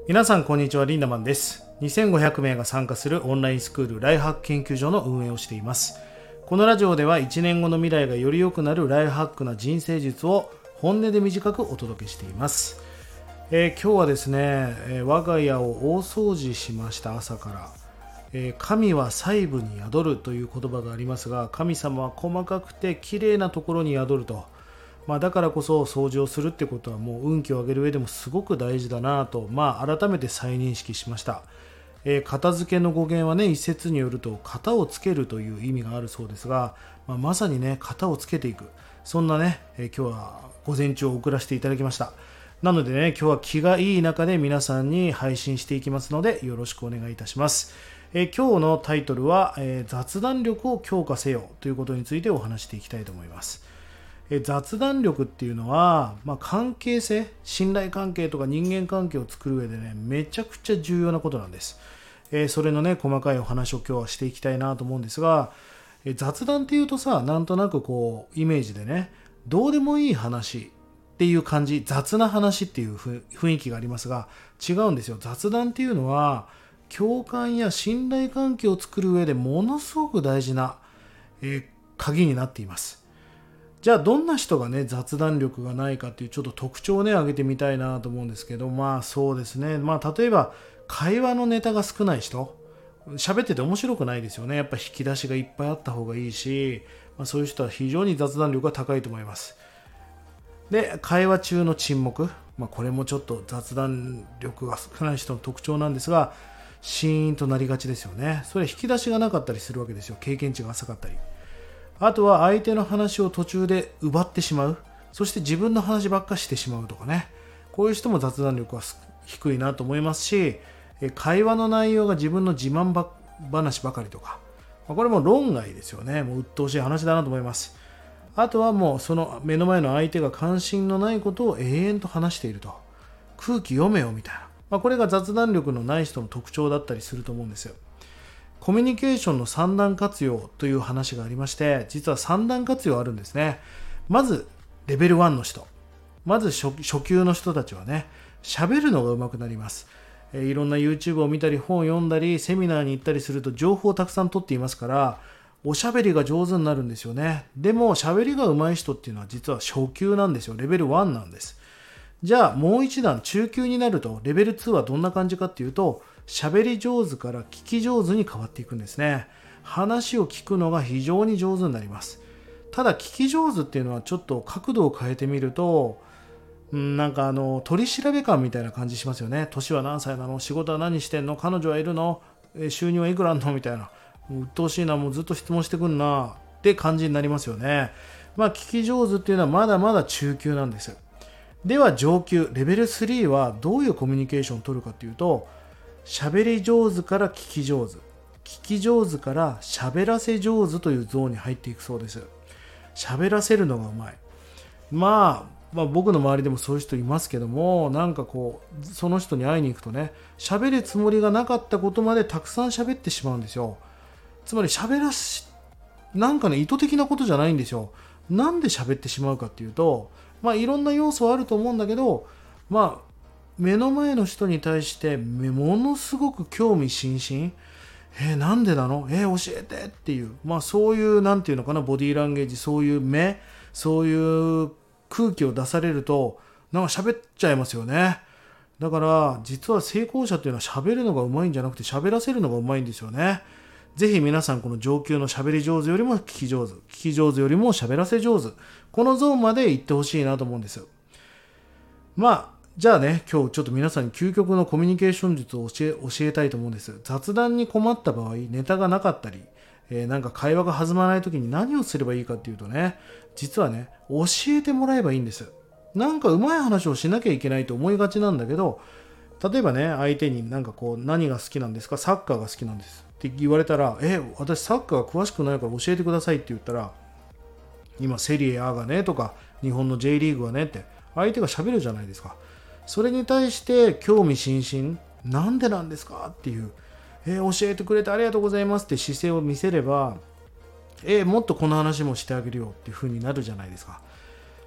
皆さんこんにちは、リンダマンです。2500名が参加するオンラインスクールライフハック研究所の運営をしています。このラジオでは1年後の未来がより良くなるライフハックな人生術を本音で短くお届けしています。今日はですね、我が家を大掃除しました。朝から。神は細部に宿るという言葉がありますが、神様は細かくて綺麗なところに宿ると。だからこそ掃除をするってことはもう運気を上げる上でもすごく大事だなと、改めて再認識しました。片付けの語源はね、一説によると型をつけるという意味があるそうですが、まさにね、型をつけていく、そんなね、今日は午前中を送らせていただきました。なのでね、今日は気がいい中で皆さんに配信していきますのでよろしくお願いいたします。今日のタイトルは、雑談力を強化せよということについてお話していきたいと思います。雑談力っていうのは、関係性、信頼関係とか人間関係を作る上でね、めちゃくちゃ重要なことなんです。それのね、細かいお話を今日はしていきたいなと思うんですが、雑談っていうとさ、なんとなくこうイメージでね、どうでもいい話っていう感じ、雑な話っていう雰囲気がありますが、違うんですよ。雑談っていうのは共感や信頼関係を作る上でものすごく大事な、鍵になっています。じゃあどんな人がね、雑談力がないかっていうちょっと特徴をね、挙げてみたいなと思うんですけど、そうですね、例えば会話のネタが少ない人、喋ってて面白くないですよね。やっぱ引き出しがいっぱいあった方がいいし、そういう人は非常に雑談力が高いと思います。で、会話中の沈黙、これもちょっと雑談力が少ない人の特徴なんですが、シーンとなりがちですよね。それ引き出しがなかったりするわけですよ。経験値が浅かったり。あとは相手の話を途中で奪ってしまう。そして自分の話ばっかしてしまうとかね。こういう人も雑談力は低いなと思いますし、会話の内容が自分の自慢話ばかりとか。これも論外ですよね。もう鬱陶しい話だなと思います。あとはもうその目の前の相手が関心のないことを永遠と話していると。空気読めよみたいな。これが雑談力のない人の特徴だったりすると思うんですよ。コミュニケーションの3段活用という話がありまして、実は3段活用あるんですね。まずレベル1の人、まず 初級の人たちはね、喋るのが上手くなります。いろんな YouTube を見たり本を読んだりセミナーに行ったりすると情報をたくさん取っていますから、おしゃべりが上手になるんですよね。でも喋りが上手い人っていうのは実は初級なんですよ。レベル1なんです。じゃあもう一段中級になるとレベル2はどんな感じかっていうと、喋り上手から聞き上手に変わっていくんですね。話を聞くのが非常に上手になります。ただ聞き上手っていうのはちょっと角度を変えてみると、取り調べ感みたいな感じしますよね。年は何歳なの、仕事は何してんの、彼女はいるの、収入はいくらあんのみたいな、もう鬱陶しいな、もうずっと質問してくんなって感じになりますよね。聞き上手っていうのはまだまだ中級なんです。では上級レベル3はどういうコミュニケーションを取るかというと、喋り上手から聞き上手、聞き上手から喋らせ上手というゾーンに入っていくそうです。喋らせるのがうまい。僕の周りでもそういう人いますけども、その人に会いに行くとね、喋るつもりがなかったことまでたくさん喋ってしまうんですよ。つまり意図的なことじゃないんですよ。なんで喋ってしまうかっていうと、いろんな要素はあると思うんだけど、目の前の人に対してものすごく興味津々、なんでなの、教えてっていう、そういうなんていうのかな、ボディーランゲージ、そういう目、そういう空気を出されると喋っちゃいますよね。だから実は成功者っていうのは喋るのがうまいんじゃなくて喋らせるのがうまいんですよね。ぜひ皆さんこの上級の喋り上手よりも聞き上手、聞き上手よりも喋らせ上手、このゾーンまで行ってほしいなと思うんです。じゃあね、今日ちょっと皆さんに究極のコミュニケーション術を教えたいと思うんです。雑談に困った場合、ネタがなかったり、会話が弾まない時に何をすればいいかっていうとね、実はね、教えてもらえばいいんです。うまい話をしなきゃいけないと思いがちなんだけど、例えばね、相手に何が好きなんですか、サッカーが好きなんですって言われたら、私サッカーが詳しくないから教えてくださいって言ったら、今セリエ A がねとか日本の J リーグはねって相手が喋るじゃないですか。それに対して興味津々、なんでなんですかっていう、教えてくれてありがとうございますって姿勢を見せれば、もっとこの話もしてあげるよっていう風になるじゃないですか。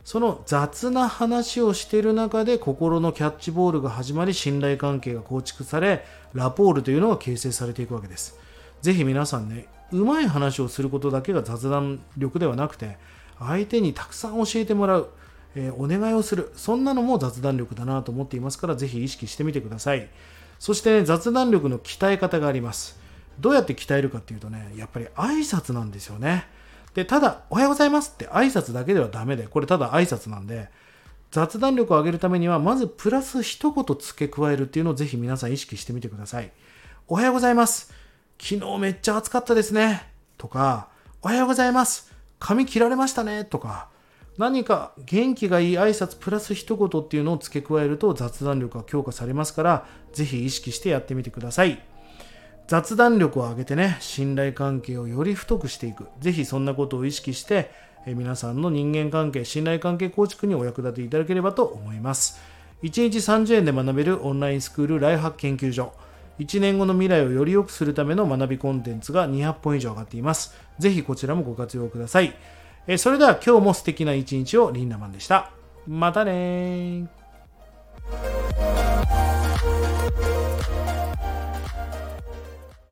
その雑な話をしている中で心のキャッチボールが始まり、信頼関係が構築され、ラポールというのが形成されていくわけです。ぜひ皆さんね、うまい話をすることだけが雑談力ではなくて、相手にたくさん教えてもらう、お願いをする、そんなのも雑談力だなと思っていますから、ぜひ意識してみてください。そして、ね、雑談力の鍛え方があります。どうやって鍛えるかっていうとね、やっぱり挨拶なんですよね。で、ただ、おはようございますって挨拶だけではダメで、これただ挨拶なんで、雑談力を上げるためには、まずプラス一言付け加えるっていうのをぜひ皆さん意識してみてください。おはようございます。昨日めっちゃ暑かったですね。とか、おはようございます。髪切られましたね。とか、何か元気がいい挨拶プラス一言っていうのを付け加えると雑談力が強化されますから、ぜひ意識してやってみてください。雑談力を上げてね、信頼関係をより太くしていく。ぜひそんなことを意識して、皆さんの人間関係、信頼関係構築にお役立ていただければと思います。1日30円で学べるオンラインスクールライフハック研究所。1年後の未来をより良くするための学びコンテンツが200本以上上がっています。ぜひこちらもご活用ください。それでは今日も素敵な一日を。リンダマンでした。またねー。